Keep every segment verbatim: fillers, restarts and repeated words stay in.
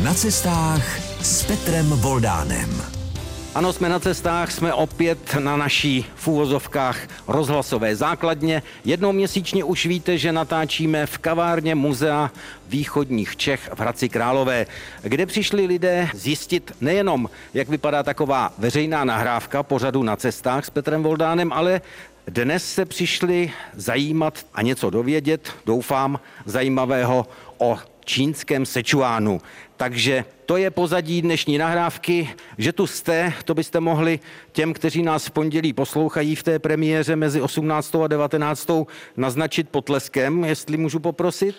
Na cestách s Petrem Voldánem. Ano, jsme na cestách, jsme opět na naší v úvozovkách rozhlasové základně. Jednou měsíčně už víte, že natáčíme v kavárně Muzea východních Čech v Hradci Králové, kde přišli lidé zjistit nejenom, jak vypadá taková veřejná nahrávka pořadu Na cestách s Petrem Voldánem, ale dnes se přišli zajímat a něco dovědět, doufám, zajímavého o čínském Sičuánu. Takže to je pozadí dnešní nahrávky. Že tu jste, to byste mohli těm, kteří nás v pondělí poslouchají v té premiéře mezi osmnáctou a devatenáctou naznačit potleskem, jestli můžu poprosit.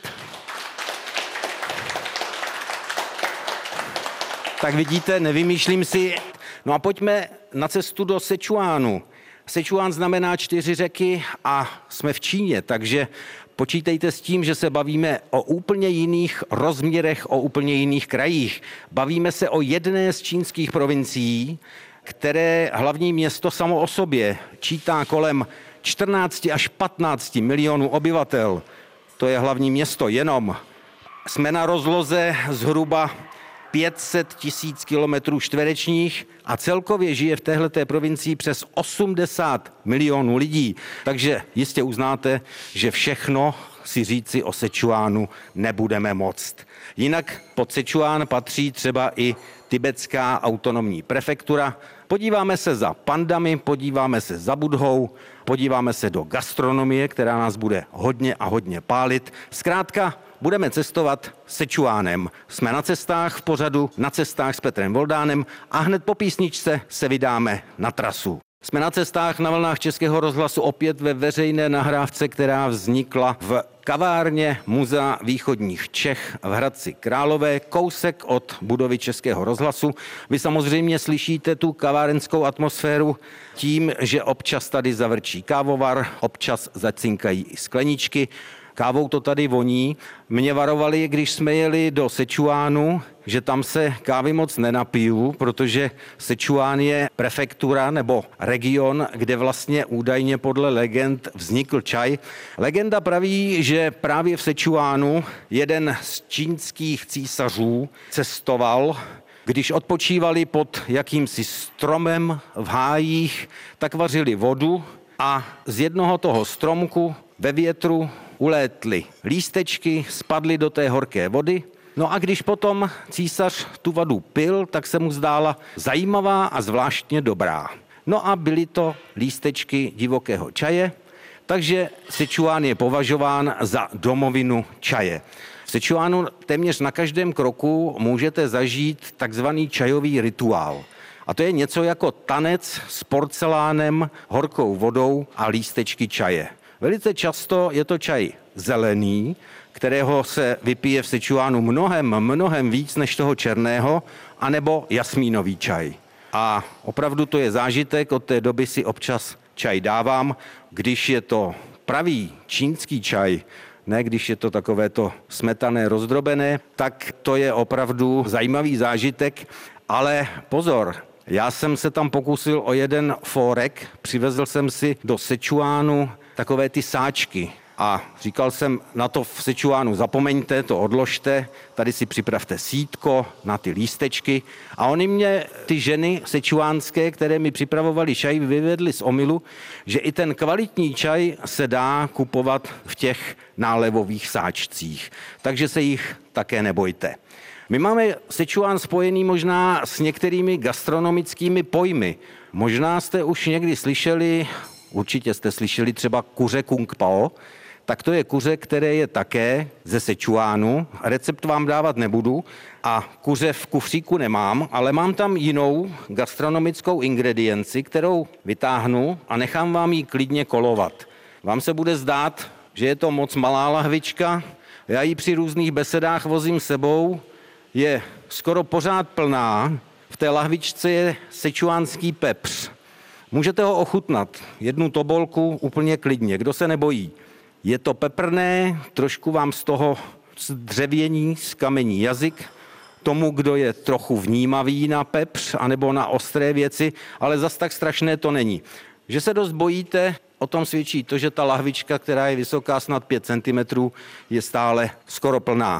Tak vidíte, nevymýšlím si. No a pojďme na cestu do Sičuánu. Sičuán znamená čtyři řeky a jsme v Číně, takže počítejte s tím, že se bavíme o úplně jiných rozměrech, o úplně jiných krajích. Bavíme se o jedné z čínských provincií, které hlavní město samo o sobě čítá kolem čtrnáct až patnáct milionů obyvatel. To je hlavní město jenom. Jsme na rozloze zhruba pět set tisíc kilometrů čtverečních a celkově žije v téhleté provincii přes osmdesát milionů lidí. Takže jistě uznáte, že všechno si říci o Sičuánu nebudeme moct. Jinak pod Sičuán patří třeba i tibetská autonomní prefektura. Podíváme se za pandami, podíváme se za Budhou, podíváme se do gastronomie, která nás bude hodně a hodně pálit. Zkrátka, budeme cestovat Sičuánem. Jsme na cestách v pořadu Na cestách s Petrem Voldánem a hned po písničce se vydáme na trasu. Jsme na cestách na vlnách Českého rozhlasu opět ve veřejné nahrávce, která vznikla v kavárně Muzea východních Čech v Hradci Králové, kousek od budovy Českého rozhlasu. Vy samozřejmě slyšíte tu kavárenskou atmosféru tím, že občas tady zavrčí kávovar, občas zacinkají i skleničky. Kávou to tady voní. Mě varovali, když jsme jeli do Sičuánu, že tam se kávy moc nenapiju, protože Sičuán je prefektura nebo region, kde vlastně údajně podle legend vznikl čaj. Legenda praví, že právě v Sičuánu jeden z čínských císařů cestoval. Když odpočívali pod jakýmsi stromem v hájích, tak vařili vodu a z jednoho toho stromku ve větru ulétly lístečky, spadly do té horké vody. No a když potom císař tu vodu pil, tak se mu zdála zajímavá a zvláštně dobrá. No a byly to lístečky divokého čaje, takže Sičuán je považován za domovinu čaje. V Sičuánu téměř na každém kroku můžete zažít takzvaný čajový rituál. A to je něco jako tanec s porcelánem, horkou vodou a lístečky čaje. Velice často je to čaj zelený, kterého se vypije v Sičuánu mnohem, mnohem víc než toho černého, anebo jasmínový čaj. A opravdu to je zážitek, od té doby si občas čaj dávám, když je to pravý čínský čaj, ne když je to takové to smetané, rozdrobené, tak to je opravdu zajímavý zážitek, ale pozor, já jsem se tam pokusil o jeden fórek, přivezl jsem si do Sičuánu takové ty sáčky a říkal jsem, na to v Sičuánu zapomeňte, to odložte, tady si připravte sítko na ty lístečky a oni mě, ty ženy sičuánské, které mi připravovali čaj, vyvedly z omylu, že i ten kvalitní čaj se dá kupovat v těch nálevových sáčcích, takže se jich také nebojte. My máme Sičuán spojený možná s některými gastronomickými pojmy. Možná jste už někdy slyšeli, určitě jste slyšeli třeba kuře kung pao, tak to je kuře, které je také ze Sičuánu. Recept vám dávat nebudu a kuře v kufříku nemám, ale mám tam jinou gastronomickou ingredienci, kterou vytáhnu a nechám vám ji klidně kolovat. Vám se bude zdát, že je to moc malá lahvička, já ji při různých besedách vozím sebou, je skoro pořád plná, v té lahvičce je sičuánský pepř. Můžete ho ochutnat, jednu tobolku úplně klidně, kdo se nebojí. Je to peprné, trošku vám z toho dřevění, zkamení jazyk, tomu, kdo je trochu vnímavý na pepř anebo na ostré věci, ale zas tak strašné to není. Že se dost bojíte, o tom svědčí to, že ta lahvička, která je vysoká snad pět centimetrů, je stále skoro plná.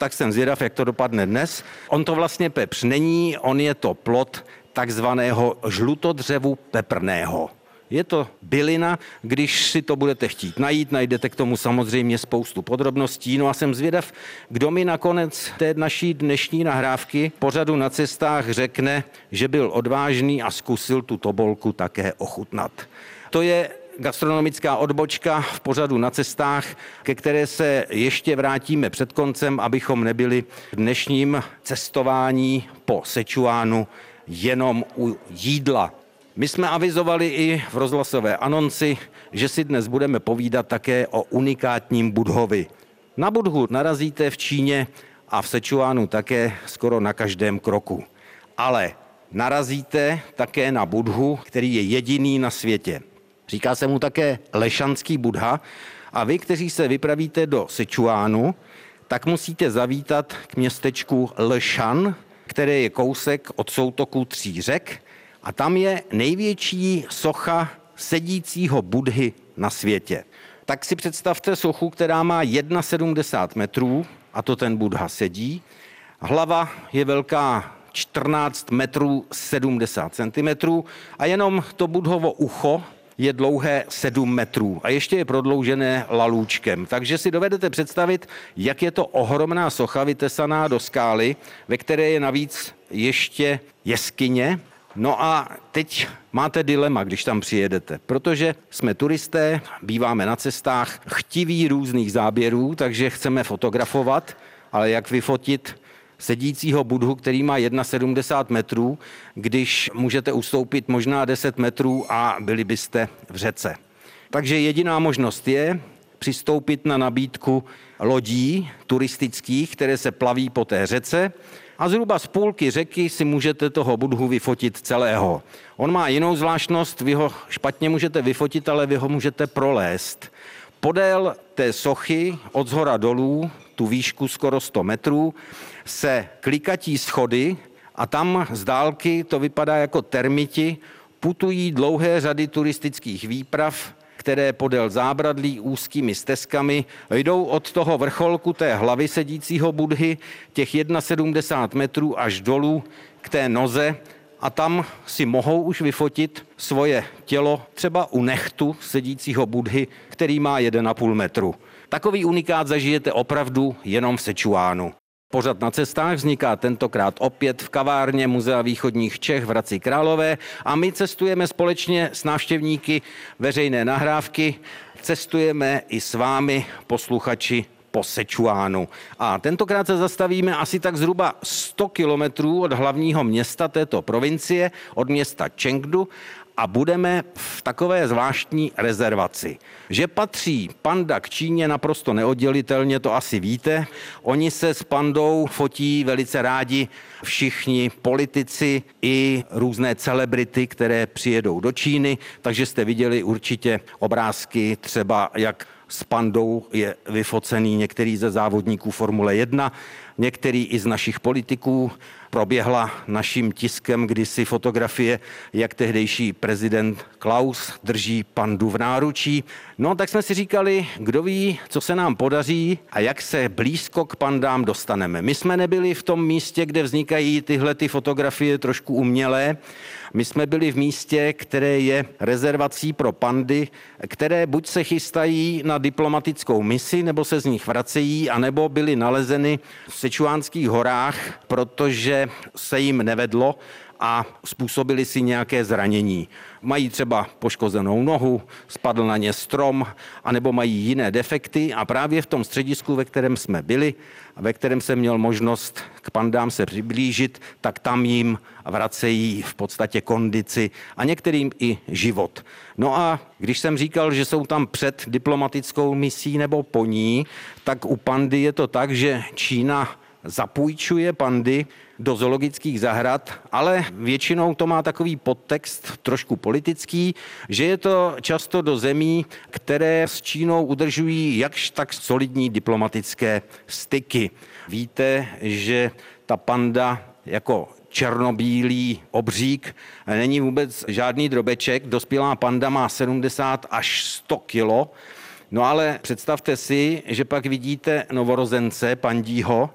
tak jsem zvědav, jak to dopadne dnes. On to vlastně pepř není, on je to plod takzvaného žlutodřevu peprného. Je to bylina, když si to budete chtít najít, najdete k tomu samozřejmě spoustu podrobností. No a jsem zvědav, kdo mi nakonec té naší dnešní nahrávky pořadu Na cestách řekne, že byl odvážný a zkusil tu tobolku také ochutnat. To je gastronomická odbočka v pořadu Na cestách, ke které se ještě vrátíme před koncem, abychom nebyli v dnešním cestování po Sečuánu jenom u jídla. My jsme avizovali i v rozhlasové anonci, že si dnes budeme povídat také o unikátním Budhovi. Na Budhu narazíte v Číně a v Sečuánu také skoro na každém kroku. Ale narazíte také na Budhu, který je jediný na světě. Říká se mu také Lešanský Budha a vy, kteří se vypravíte do Sečuánu, tak musíte zavítat k městečku Lešan, které je kousek od soutoku tří řek, a tam je největší socha sedícího Budhy na světě. Tak si představte sochu, která má sedmdesát jedna metrů, a to ten Budha sedí. Hlava je velká čtrnáct metrů sedmdesát centimetrů a jenom to Budhovo ucho je dlouhé sedm metrů a ještě je prodloužené lalůčkem. Takže si dovedete představit, jak je to ohromná socha vytesaná do skály, ve které je navíc ještě jeskyně. No a teď máte dilema, když tam přijedete, protože jsme turisté, býváme na cestách, chtiví různých záběrů, takže chceme fotografovat, ale jak vyfotit sedícího Budhu, který má sedmdesát jedna metrů, když můžete ustoupit možná deset metrů a byli byste v řece. Takže jediná možnost je přistoupit na nabídku lodí turistických, které se plaví po té řece, a zhruba z půlky řeky si můžete toho Budhu vyfotit celého. On má jinou zvláštnost, vy ho špatně můžete vyfotit, ale vy ho můžete prolézt. Podél té sochy od zhora dolů, tu výšku skoro sto metrů, se klikatí schody a tam z dálky to vypadá jako termiti, putují dlouhé řady turistických výprav, které podél zábradlí úzkými stezkami jdou od toho vrcholku té hlavy sedícího Budhy těch sedmdesát jedna metrů až dolů k té noze a tam si mohou už vyfotit svoje tělo třeba u nechtu sedícího Budhy, který má jeden a půl metru. Takový unikát zažijete opravdu jenom v Sečuánu. Pořad Na cestách vzniká tentokrát opět v kavárně Muzea východních Čech v Hradci Králové a my cestujeme společně s návštěvníky veřejné nahrávky, cestujeme i s vámi, posluchači, po Sečuánu. A tentokrát se zastavíme asi tak zhruba sto kilometrů od hlavního města této provincie, od města Chengdu, a budeme v takové zvláštní rezervaci. Že patří panda k Číně naprosto neoddělitelně, to asi víte. Oni se s pandou fotí velice rádi všichni politici i různé celebrity, které přijedou do Číny, takže jste viděli určitě obrázky třeba, jak s pandou je vyfocený některý ze závodníků Formule jedna, některý i z našich politiků. Proběhla naším tiskem kdysi fotografie, jak tehdejší prezident Klaus drží pandu v náručí. No tak jsme si říkali, kdo ví, co se nám podaří a jak se blízko k pandám dostaneme. My jsme nebyli v tom místě, kde vznikají tyhle ty fotografie trošku umělé. My jsme byli v místě, které je rezervací pro pandy, které buď se chystají na diplomatickou misi, nebo se z nich vracejí, anebo byly nalezeny v Sečuánských horách, protože se jim nevedlo a způsobili si nějaké zranění. Mají třeba poškozenou nohu, spadl na ně strom, anebo mají jiné defekty a právě v tom středisku, ve kterém jsme byli, ve kterém jsem měl možnost k pandám se přiblížit, tak tam jim vracejí v podstatě kondici a některým i život. No a když jsem říkal, že jsou tam před diplomatickou misí nebo po ní, tak u pandy je to tak, že Čína zapůjčuje pandy do zoologických zahrad, ale většinou to má takový podtext trošku politický, že je to často do zemí, které s Čínou udržují jakž tak solidní diplomatické styky. Víte, že ta panda jako černobílý obřík není vůbec žádný drobeček, dospělá panda má sedmdesát až sto kilo. No ale představte si, že pak vidíte novorozence pandího,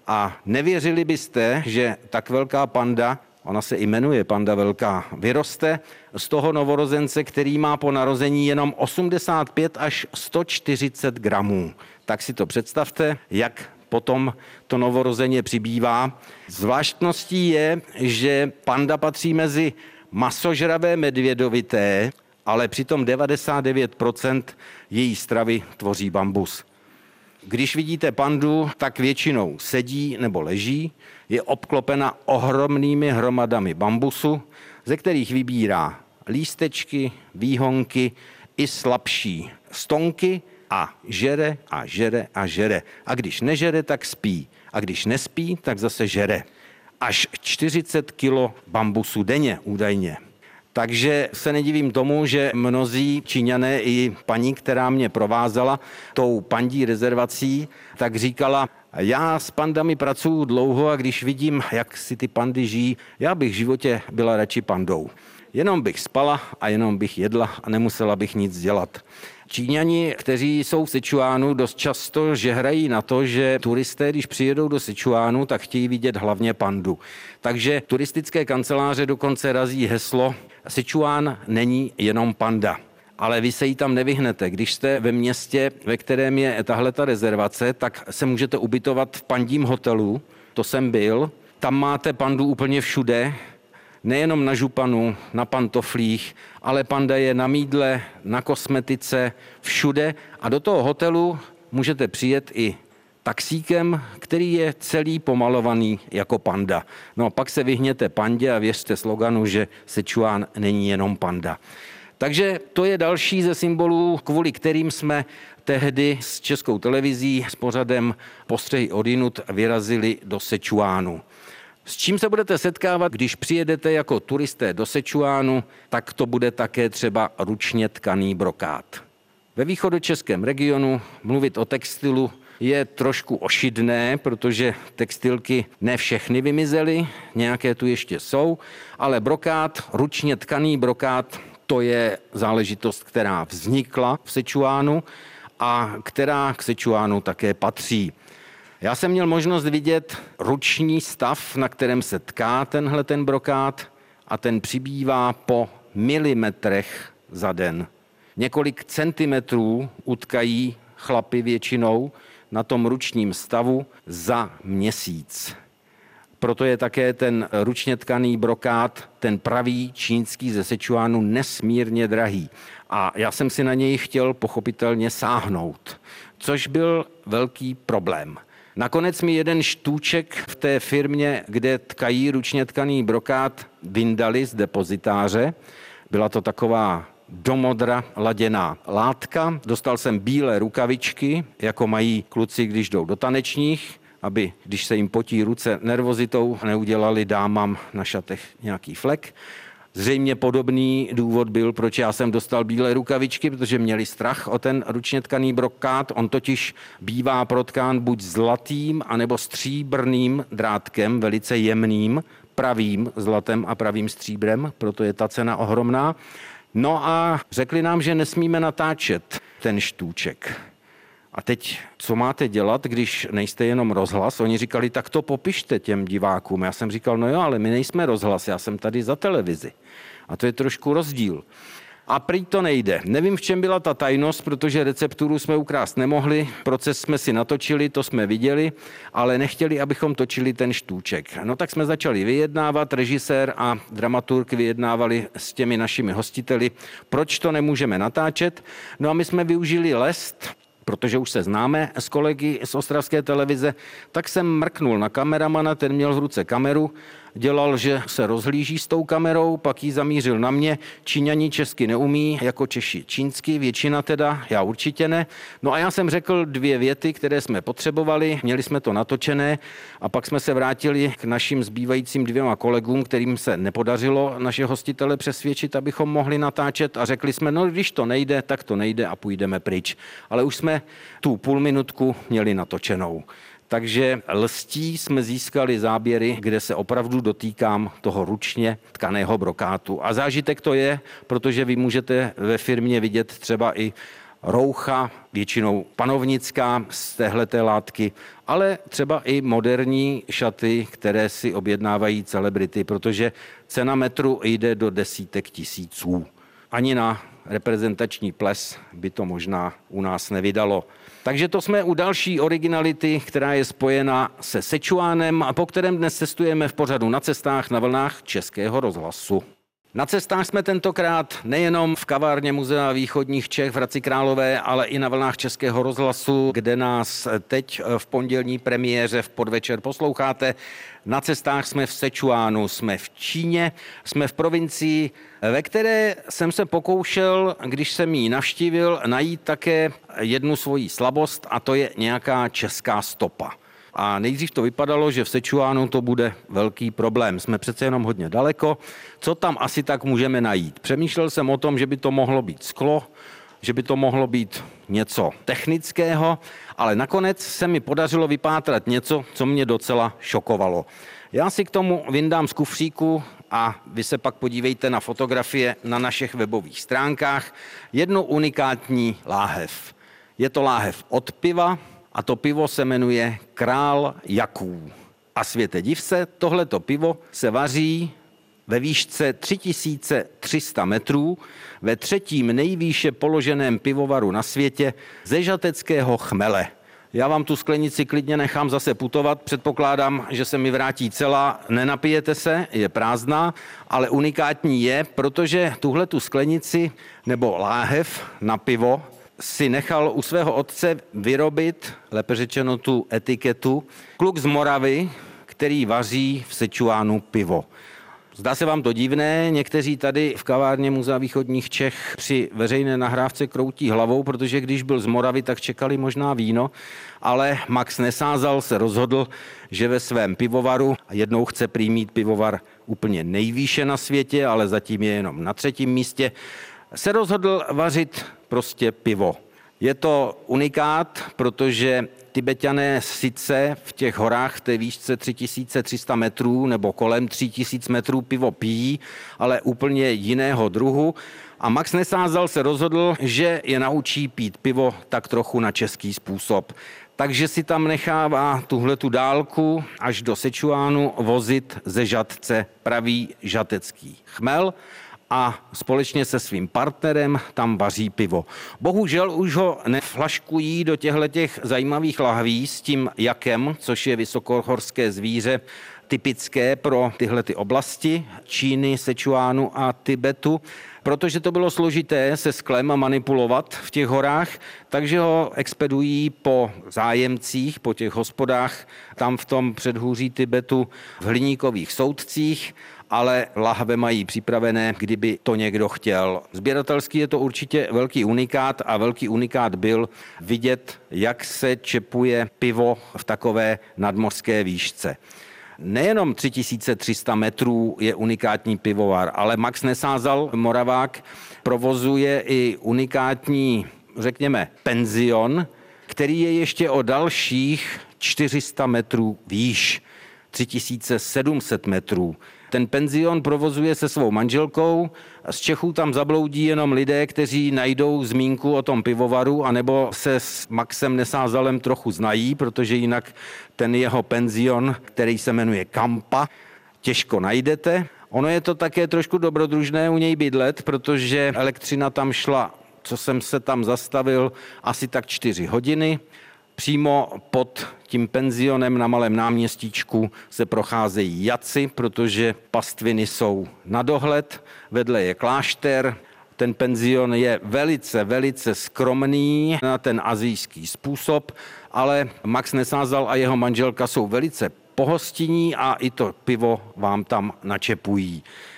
A nevěřili byste, že tak velká panda, ona se jmenuje panda velká, vyroste z toho novorozence, který má po narození jenom osmdesát pět až sto čtyřicet gramů. Tak si to představte, jak potom to novorozeně přibývá. Zvláštností je, že panda patří mezi masožravé medvědovité, ale přitom devadesát devět procent její stravy tvoří bambus. Když vidíte pandu, tak většinou sedí nebo leží, je obklopena ohromnými hromadami bambusu, ze kterých vybírá lístečky, výhonky i slabší stonky a žere a žere a žere. A když nežere, tak spí. A když nespí, tak zase žere. Až čtyřicet kilo bambusu denně údajně. Takže se nedivím tomu, že mnozí Číňané i paní, která mě provázela tou pandí rezervací, tak říkala, já s pandami pracuju dlouho a když vidím, jak si ty pandy žijí, já bych v životě byla radši pandou. Jenom bych spala a jenom bych jedla a nemusela bych nic dělat. Číňani, kteří jsou v Sičuánu, dost často žehrají na to, že turisté, když přijedou do Sičuánu, tak chtějí vidět hlavně pandu. Takže turistické kanceláře dokonce razí heslo Sičuán není jenom panda. Ale vy se jí tam nevyhnete. Když jste ve městě, ve kterém je tahleta rezervace, tak se můžete ubytovat v pandím hotelu. To jsem byl. Tam máte pandu úplně všude. Nejenom na županu, na pantoflích, ale panda je na mídle, na kosmetice, všude. A do toho hotelu můžete přijet i taxíkem, který je celý pomalovaný jako panda. No a pak se vyhněte pandě a věřte sloganu, že Sičuán není jenom panda. Takže to je další ze symbolů, kvůli kterým jsme tehdy s Českou televizí s pořadem Postřehy odjinud vyrazili do Sičuánu. S čím se budete setkávat, když přijedete jako turisté do Sičuánu, tak to bude také třeba ručně tkaný brokát. Ve východočeském regionu mluvit o textilu je trošku ošidné, protože textilky ne všechny vymizely, nějaké tu ještě jsou, ale brokát, ručně tkaný brokát, to je záležitost, která vznikla v Sičuánu a která k Sičuánu také patří. Já jsem měl možnost vidět ruční stav, na kterém se tká tenhle ten brokát a ten přibývá po milimetrech za den. Několik centimetrů utkají chlapi většinou na tom ručním stavu za měsíc. Proto je také ten ručně tkaný brokát, ten pravý čínský ze Sičuánu, nesmírně drahý. A já jsem si na něj chtěl pochopitelně sáhnout, což byl velký problém. Nakonec mi jeden štůček v té firmě, kde tkají ručně tkaný brokát, vyndali z depozitáře. Byla to taková do modra laděná látka. Dostal jsem bílé rukavičky, jako mají kluci, když jdou do tanečních, aby, když se jim potí ruce nervozitou, neudělali dámám na šatech nějaký flek. Zřejmě podobný důvod byl, proč já jsem dostal bílé rukavičky, protože měli strach o ten ručně tkaný brokát. On totiž bývá protkán buď zlatým, anebo stříbrným drátkem, velice jemným, pravým zlatem a pravým stříbrem, proto je ta cena ohromná. No a řekli nám, že nesmíme natáčet ten štůček. A teď, co máte dělat, když nejste jenom rozhlas? Oni říkali, tak to popište těm divákům. Já jsem říkal, no jo, ale my nejsme rozhlas, já jsem tady za televizi. A to je trošku rozdíl. A prý to nejde. Nevím, v čem byla ta tajnost, protože recepturu jsme ukrást nemohli, proces jsme si natočili, to jsme viděli, ale nechtěli, abychom točili ten štůček. No tak jsme začali vyjednávat, režisér a dramaturg vyjednávali s těmi našimi hostiteli, proč to nemůžeme natáčet. No a my jsme využili lest, protože už se známe s kolegy z ostravské televize, tak jsem mrknul na kameramana, ten měl v ruce kameru, dělal, že se rozhlíží s tou kamerou, pak ji zamířil na mě. Číňani česky neumí, jako Češi čínsky, většina teda, já určitě ne. No a já jsem řekl dvě věty, které jsme potřebovali, měli jsme to natočené a pak jsme se vrátili k našim zbývajícím dvěma kolegům, kterým se nepodařilo naše hostitele přesvědčit, abychom mohli natáčet a řekli jsme, no když to nejde, tak to nejde a půjdeme pryč. Ale už jsme tu půl minutku měli natočenou. Takže lstí jsme získali záběry, kde se opravdu dotýkám toho ručně tkaného brokátu. A zážitek to je, protože vy můžete ve firmě vidět třeba i roucha, většinou panovnická z téhleté látky, ale třeba i moderní šaty, které si objednávají celebrity, protože cena metru jde do desítek tisíců. Ani na reprezentační ples by to možná u nás nevydalo. Takže to jsme u další originality, která je spojena se Sičuanem a po kterém dnes cestujeme v pořadu Na cestách na vlnách Českého rozhlasu. Na cestách jsme tentokrát nejenom v kavárně Muzea východních Čech v Hradci Králové, ale i na vlnách Českého rozhlasu, kde nás teď v pondělní premiéře v podvečer posloucháte. Na cestách jsme v Sičuanu, jsme v Číně, jsme v provincii, ve které jsem se pokoušel, když jsem ji navštívil, najít také jednu svoji slabost, a to je nějaká česká stopa. A nejdřív to vypadalo, že v Sičuanu to bude velký problém. Jsme přece jenom hodně daleko. Co tam asi tak můžeme najít? Přemýšlel jsem o tom, že by to mohlo být sklo, že by to mohlo být něco technického, ale nakonec se mi podařilo vypátrat něco, co mě docela šokovalo. Já si k tomu vyndám z kufříku a vy se pak podívejte na fotografie na našich webových stránkách. Jednu unikátní láhev. Je to láhev od piva, a to pivo se jmenuje Král Jaků. A světe div se, tohleto pivo se vaří ve výšce tři tisíce tři sta metrů ve třetím nejvýše položeném pivovaru na světě ze žateckého chmele. Já vám tu sklenici klidně nechám zase putovat, předpokládám, že se mi vrátí celá, nenapijete se, je prázdná, ale unikátní je, protože tuhletu sklenici nebo láhev na pivo si nechal u svého otce vyrobit, lépe řečeno tu etiketu, kluk z Moravy, který vaří v Sičuanu pivo. Zdá se vám to divné, někteří tady v kavárně Muzea východních Čech při veřejné nahrávce kroutí hlavou, protože když byl z Moravy, tak čekali možná víno, ale Max Nesázal se rozhodl, že ve svém pivovaru, a jednou chce prý mít pivovar úplně nejvýše na světě, ale zatím je jenom na třetím místě, se rozhodl vařit prostě pivo. Je to unikát, protože Tibetané sice v těch horách v té výšce tři tisíce tři sta metrů nebo kolem tři tisíce metrů pivo pijí, ale úplně jiného druhu. A Max Nesázal se rozhodl, že je naučí pít pivo tak trochu na český způsob. Takže si tam nechává tuhletu dálku až do Sičuanu vozit ze Žatce pravý žatecký chmel a společně se svým partnerem tam vaří pivo. Bohužel už ho neflaškují do těchto zajímavých lahví s tím jakem, což je vysokohorské zvíře typické pro tyhle ty oblasti Číny, Sičuanu a Tibetu, protože to bylo složité se sklem manipulovat v těch horách, takže ho expedují po zájemcích, po těch hospodách, tam v tom předhůří Tibetu v hliníkových soudcích, ale lahve mají připravené, kdyby to někdo chtěl. Sběratelský je to určitě velký unikát a velký unikát byl vidět, jak se čepuje pivo v takové nadmořské výšce. Nejenom tři tisíce tři sta metrů je unikátní pivovar, ale Max Nesázal, Moravák, provozuje i unikátní, řekněme, penzion, který je ještě o dalších čtyři sta metrů výš, tři tisíce sedm set metrů. Ten penzion provozuje se svou manželkou. Z Čechů tam zabloudí jenom lidé, kteří najdou zmínku o tom pivovaru, anebo se s Maxem Nesázalem trochu znají, protože jinak ten jeho penzion, který se jmenuje Kampa, těžko najdete. Ono je to také trošku dobrodružné u něj bydlet, protože elektřina tam šla, co jsem se tam zastavil, asi tak čtyři hodiny. Přímo pod tím penzionem na malém náměstíčku se procházejí jaci, protože pastviny jsou na dohled, vedle je klášter. Ten penzion je velice, velice skromný na ten asijský způsob, ale Max Nesázal a jeho manželka jsou velice pohostinní a i to pivo vám tam načepují.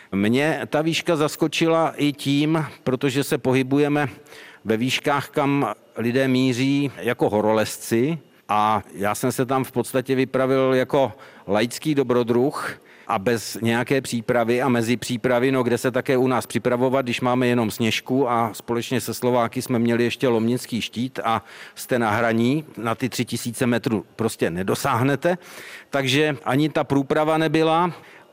Mě ta výška zaskočila i tím, protože se pohybujeme ve výškách, kam lidé míří jako horolezci a já jsem se tam v podstatě vypravil jako laický dobrodruh a bez nějaké přípravy a mezi přípravy, no kde se také u nás připravovat, když máme jenom sněžku a společně se Slováky jsme měli ještě Lomnický štít a jste na hraní, na ty tři tisíce metrů prostě nedosáhnete, takže ani ta průprava nebyla.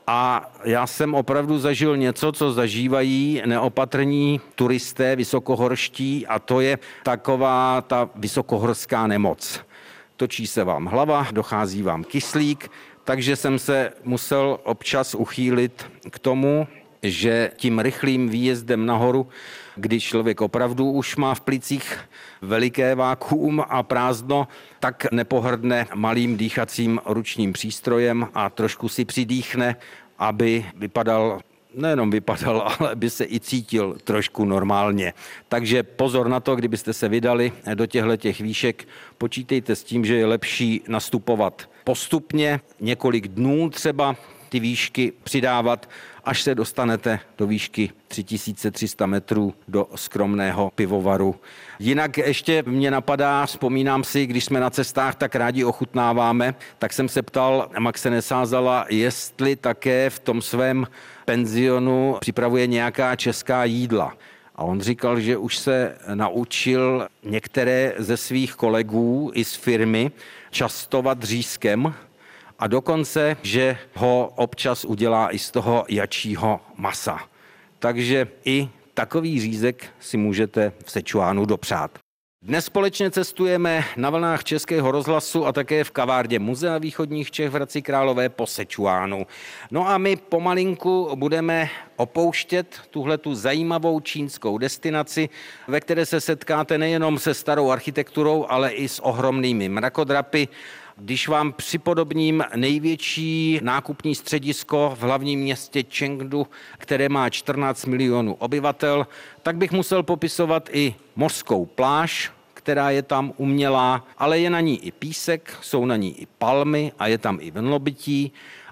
A já jsem opravdu zažil něco, co zažívají neopatrní turisté vysokohorští, a to je taková ta vysokohorská nemoc. Točí se vám hlava, dochází vám kyslík, takže jsem se musel občas uchýlit k tomu, že tím rychlým výjezdem nahoru, kdy člověk opravdu už má v plicích veliké vákuum a prázdno, tak nepohrdne malým dýchacím ručním přístrojem a trošku si přidýchne, aby vypadal, nejenom vypadal, ale aby se i cítil trošku normálně. Takže pozor na to, kdybyste se vydali do těchto výšek, počítejte s tím, že je lepší nastupovat postupně, několik dnů třeba ty výšky přidávat, až se dostanete do výšky tři tisíce tři sta metrů do skromného pivovaru. Jinak ještě mě napadá, vzpomínám si, když jsme na cestách tak rádi ochutnáváme, tak jsem se ptal Maxe Nesázala, jestli také v tom svém penzionu připravuje nějaká česká jídla. A on říkal, že už se naučil některé ze svých kolegů i z firmy častovat řízkem, a dokonce, že ho občas udělá i z toho jačího masa. Takže i takový řízek si můžete v Sečuánu dopřát. Dnes společně cestujeme na vlnách Českého rozhlasu a také v kavárně Muzea východních Čech v Hradci Králové po Sečuánu. No a my pomalinku budeme opouštět tuhletu zajímavou čínskou destinaci, ve které se setkáte nejenom se starou architekturou, ale i s ohromnými mrakodrapy. Když vám připodobním největší nákupní středisko v hlavním městě Chengdu, které má čtrnáct milionů obyvatel, tak bych musel popisovat i mořskou pláž, která je tam umělá, ale je na ní i písek, jsou na ní i palmy a je tam i vlnobytí.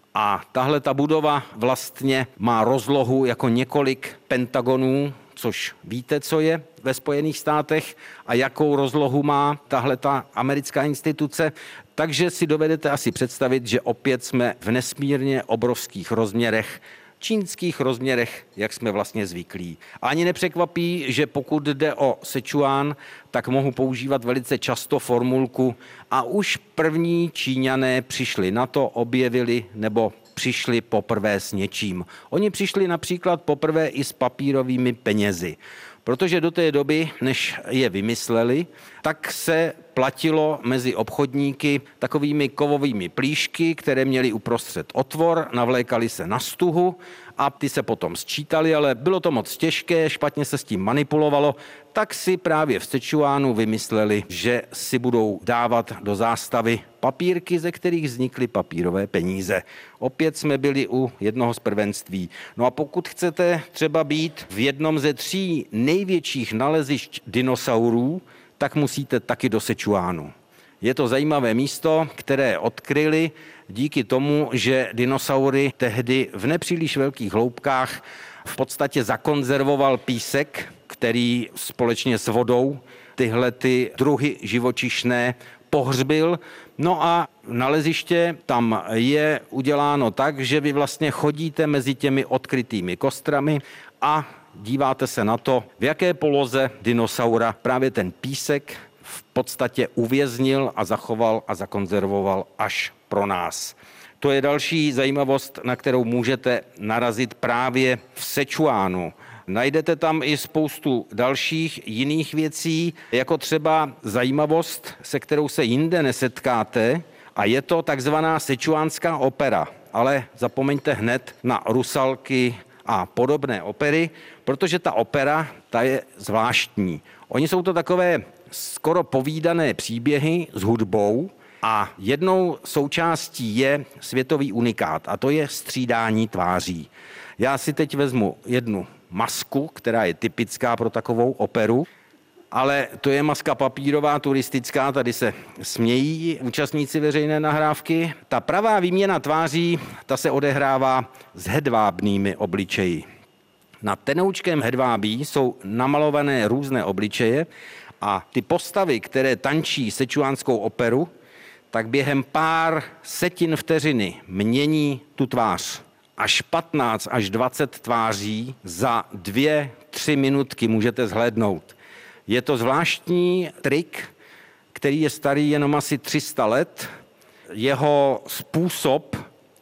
A tahle ta budova vlastně má rozlohu jako několik pentagonů, což víte, co je ve Spojených státech a jakou rozlohu má tahle ta americká instituce. Takže si dovedete asi představit, že opět jsme v nesmírně obrovských rozměrech, čínských rozměrech, jak jsme vlastně zvyklí. Ani nepřekvapí, že pokud jde o Sečuán, tak mohu používat velice často formulku a už první Číňané přišli na to, objevili nebo přišli poprvé s něčím. Oni přišli například poprvé i s papírovými penězi, protože do té doby, než je vymysleli, tak se platilo mezi obchodníky takovými kovovými plíšky, které měly uprostřed otvor, navlékaly se na stuhu a ty se potom sčítaly, ale bylo to moc těžké, špatně se s tím manipulovalo, tak si právě v Sečuánu vymysleli, že si budou dávat do zástavy papírky, ze kterých vznikly papírové peníze. Opět jsme byli u jednoho z prvenství. No a pokud chcete třeba být v jednom ze tří největších nalezišť dinosaurů, tak musíte taky do Sečuánu. Je to zajímavé místo, které odkryli díky tomu, že dinosaury tehdy v nepříliš velkých hloubkách v podstatě zakonzervoval písek, který společně s vodou tyhle ty druhy živočišné pohřbil. No a naleziště tam je uděláno tak, že vy vlastně chodíte mezi těmi odkrytými kostrami a díváte se na to, v jaké poloze dinosaura právě ten písek v podstatě uvěznil a zachoval a zakonzervoval až pro nás. To je další zajímavost, na kterou můžete narazit právě v Sečuánu. Najdete tam i spoustu dalších jiných věcí, jako třeba zajímavost, se kterou se jinde nesetkáte, a je to takzvaná sečuánská opera. Ale zapomeňte hned na Rusalky a podobné opery, protože ta opera, ta je zvláštní. Oni jsou to takové skoro povídané příběhy s hudbou a jednou součástí je světový unikát a to je střídání tváří. Já si teď vezmu jednu masku, která je typická pro takovou operu, ale to je maska papírová, turistická, tady se smějí účastníci veřejné nahrávky. Ta pravá výměna tváří, ta se odehrává s hedvábnými obličeji. Na tenoučkém hedvábí jsou namalované různé obličeje a ty postavy, které tančí sečuánskou operu, tak během pár setin vteřiny mění tu tvář. Až patnáct až dvacet tváří za dvě, tři minutky můžete zhlédnout. Je to zvláštní trik, který je starý jenom asi tři sta let. Jeho způsob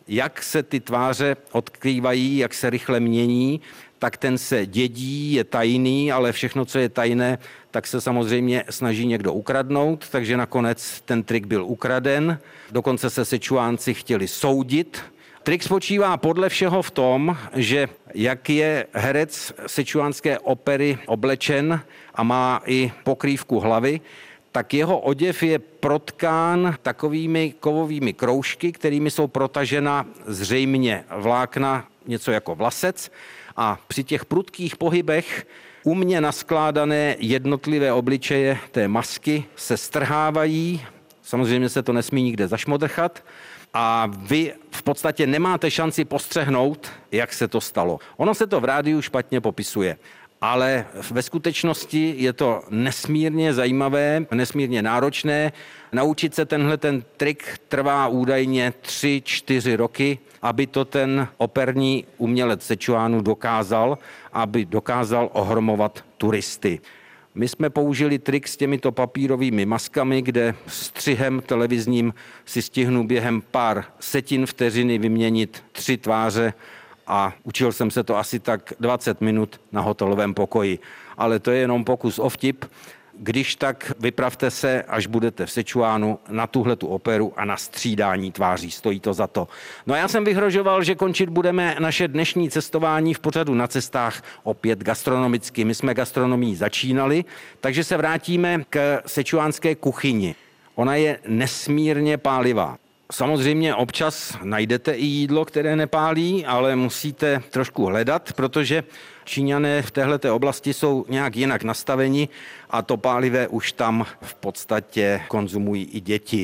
jak se ty tváře odkrývají, jak se rychle mění, tak ten se dědí, je tajný, ale všechno, co je tajné, tak se samozřejmě snaží někdo ukradnout, takže nakonec ten trik byl ukraden. Dokonce se Sečuánci chtěli soudit. Trik spočívá podle všeho v tom, že jak je herec sečuánské opery oblečen a má i pokrývku hlavy, tak jeho oděv je protkán takovými kovovými kroužky, kterými jsou protažena zřejmě vlákna, něco jako vlasec, a při těch prudkých pohybech umně naskládané jednotlivé obličeje té masky se strhávají, samozřejmě se to nesmí nikde zašmodrchat, a vy v podstatě nemáte šanci postřehnout, jak se to stalo. Ono se to v rádiu špatně popisuje, ale ve skutečnosti je to nesmírně zajímavé, nesmírně náročné. Naučit se tenhle ten trik trvá údajně tři, čtyři roky, aby to ten operní umělec Sečuánu dokázal, aby dokázal ohromovat turisty. My jsme použili trik s těmito papírovými maskami, kde střihem televizním si stihnu během pár setin vteřiny vyměnit tři tváře a učil jsem se to asi tak dvacet minut na hotelovém pokoji. Ale to je jenom pokus o vtip. Když tak vypravte se, až budete v Sečuánu, na tuhletu operu a na střídání tváří. Stojí to za to. No a já jsem vyhrožoval, že končit budeme naše dnešní cestování v pořadu Na cestách opět gastronomicky. My jsme gastronomii začínali, takže se vrátíme k sečuánské kuchyni. Ona je nesmírně pálivá. Samozřejmě občas najdete i jídlo, které nepálí, ale musíte trošku hledat, protože Číňané v téhleté oblasti jsou nějak jinak nastaveni a to pálivé už tam v podstatě konzumují i děti.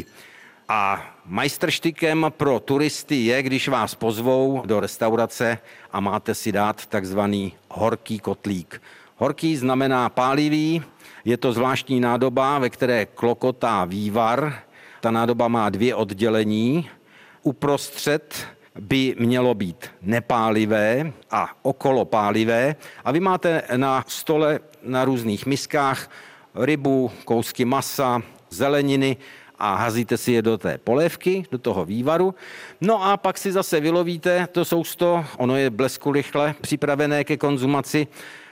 A majstrštykem pro turisty je, když vás pozvou do restaurace a máte si dát takzvaný horký kotlík. Horký znamená pálivý, je to zvláštní nádoba, ve které klokotá vývar. Ta nádoba má dvě oddělení. Uprostřed by mělo být nepálivé a okolo pálivé. A vy máte na stole na různých miskách rybu, kousky masa, zeleniny a hazíte si je do té polévky, do toho vývaru. No a pak si zase vylovíte to sousto, ono je blesku rychle připravené ke konzumaci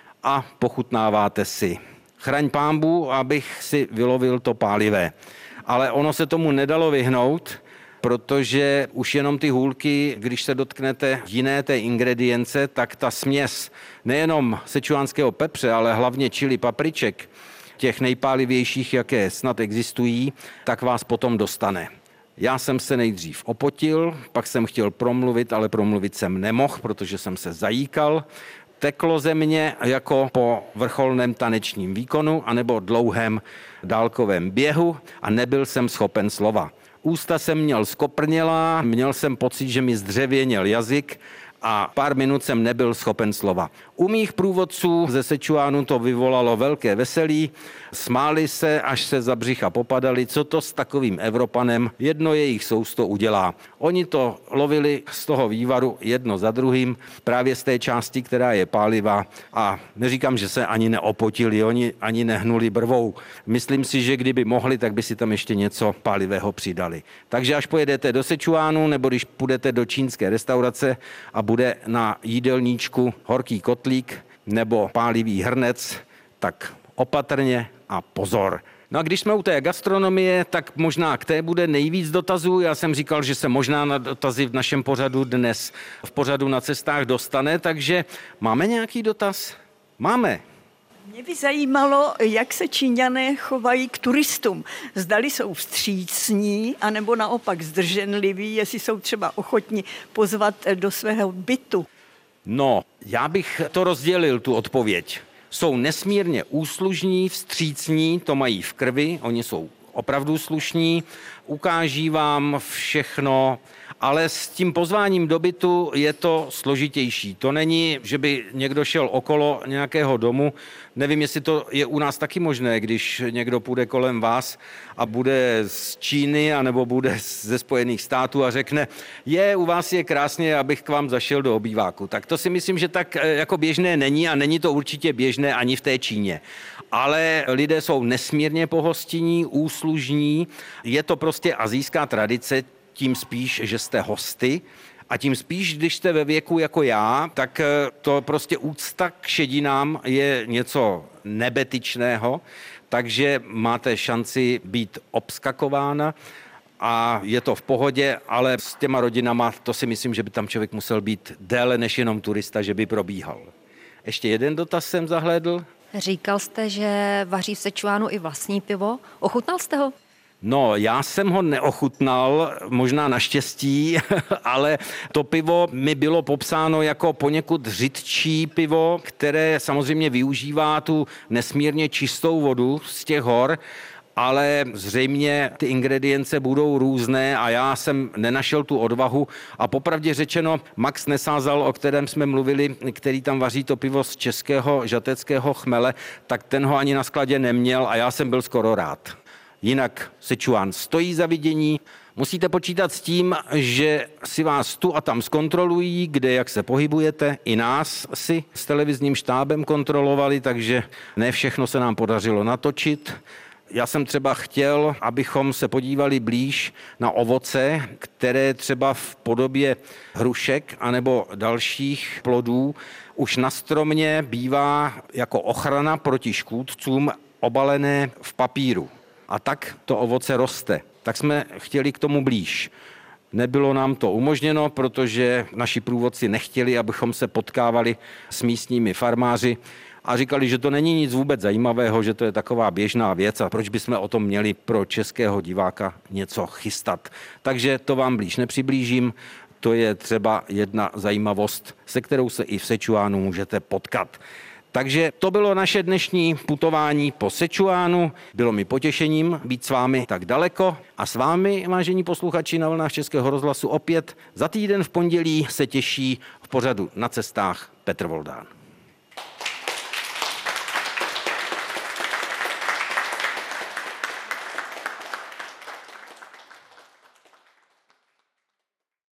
a pochutnáváte si. Chraň pánbůh, abych si vylovil to pálivé. Ale ono se tomu nedalo vyhnout, protože už jenom ty hůlky, když se dotknete jiné té ingredience, tak ta směs nejenom sečuánského pepře, ale hlavně čili papriček, těch nejpálivějších, jaké snad existují, tak vás potom dostane. Já jsem se nejdřív opotil, pak jsem chtěl promluvit, ale promluvit jsem nemohl, protože jsem se zajíkal. Teklo ze mě jako po vrcholném tanečním výkonu anebo dlouhém dálkovém běhu a nebyl jsem schopen slova. Ústa jsem měl skoprnělá, měl jsem pocit, že mi zdřevěněl jazyk a pár minut jsem nebyl schopen slova. U mých průvodců ze Sečuánu to vyvolalo velké veselí, smáli se, až se za břicha popadali, co to s takovým Evropanem jedno jejich sousto udělá. Oni to lovili z toho vývaru jedno za druhým, právě z té části, která je pálivá a neříkám, že se ani neopotili, oni ani nehnuli brvou. Myslím si, že kdyby mohli, tak by si tam ještě něco pálivého přidali. Takže až pojedete do Sečuánu nebo když půjdete do čínské restaurace a bude na jídelníčku horký kotlík nebo pálivý hrnec, tak opatrně a pozor. No a když jsme u té gastronomie, tak možná k té bude nejvíc dotazů. Já jsem říkal, že se možná na dotazy v našem pořadu dnes v pořadu Na cestách dostane, takže máme nějaký dotaz? Máme. Mě by zajímalo, jak se Číňané chovají k turistům. Zdali jsou vstřícní, anebo naopak zdrženliví, jestli jsou třeba ochotní pozvat do svého bytu. No, já bych to rozdělil, tu odpověď. Jsou nesmírně úslužní, vstřícní, to mají v krvi, oni jsou opravdu slušní, ukáží vám všechno, ale s tím pozváním do bytu je to složitější. To není, že by někdo šel okolo nějakého domu. Nevím, jestli to je u nás taky možné, když někdo půjde kolem vás a bude z Číny anebo bude ze Spojených států a řekne, je, u vás je krásně, abych k vám zašel do obýváku. Tak to si myslím, že tak jako běžné není a není to určitě běžné ani v té Číně. Ale lidé jsou nesmírně pohostinní, úslužní. Je to prostě asijská tradice, tím spíš, že jste hosty. A A tím spíš, když jste ve věku jako já, tak to prostě úcta k šedinám je něco nebetyčného, takže máte šanci být obskakována a je to v pohodě, ale s těma rodinama to si myslím, že by tam člověk musel být déle než jenom turista, že by probíhal. Ještě jeden dotaz jsem zahlédl. Říkal jste, že vaří v Sečuánu i vlastní pivo. Ochutnal jste ho? No, já jsem ho neochutnal, možná naštěstí, ale to pivo mi bylo popsáno jako poněkud řidčí pivo, které samozřejmě využívá tu nesmírně čistou vodu z těch hor, ale zřejmě ty ingredience budou různé a já jsem nenašel tu odvahu a popravdě řečeno Max Nesázal, o kterém jsme mluvili, který tam vaří to pivo z českého žateckého chmele, tak ten ho ani na skladě neměl a já jsem byl skoro rád. Jinak Sečuán stojí za vidění. Musíte počítat s tím, že si vás tu a tam zkontrolují, kde jak se pohybujete. I nás si s televizním štábem kontrolovali, takže ne všechno se nám podařilo natočit. Já jsem třeba chtěl, abychom se podívali blíž na ovoce, které třeba v podobě hrušek anebo dalších plodů už na stromě bývá jako ochrana proti škůdcům obalené v papíru. A tak to ovoce roste. Tak jsme chtěli k tomu blíž. Nebylo nám to umožněno, protože naši průvodci nechtěli, abychom se potkávali s místními farmáři a říkali, že to není nic vůbec zajímavého, že to je taková běžná věc a proč bychom o tom měli pro českého diváka něco chystat. Takže to vám blíž nepřiblížím. To je třeba jedna zajímavost, se kterou se i v Sečuánu můžete potkat. Takže to bylo naše dnešní putování po Sečuánu. Bylo mi potěšením být s vámi tak daleko a s vámi, vážení posluchači na vlnách Českého rozhlasu, opět za týden v pondělí se těší v pořadu Na cestách Petr Voldán.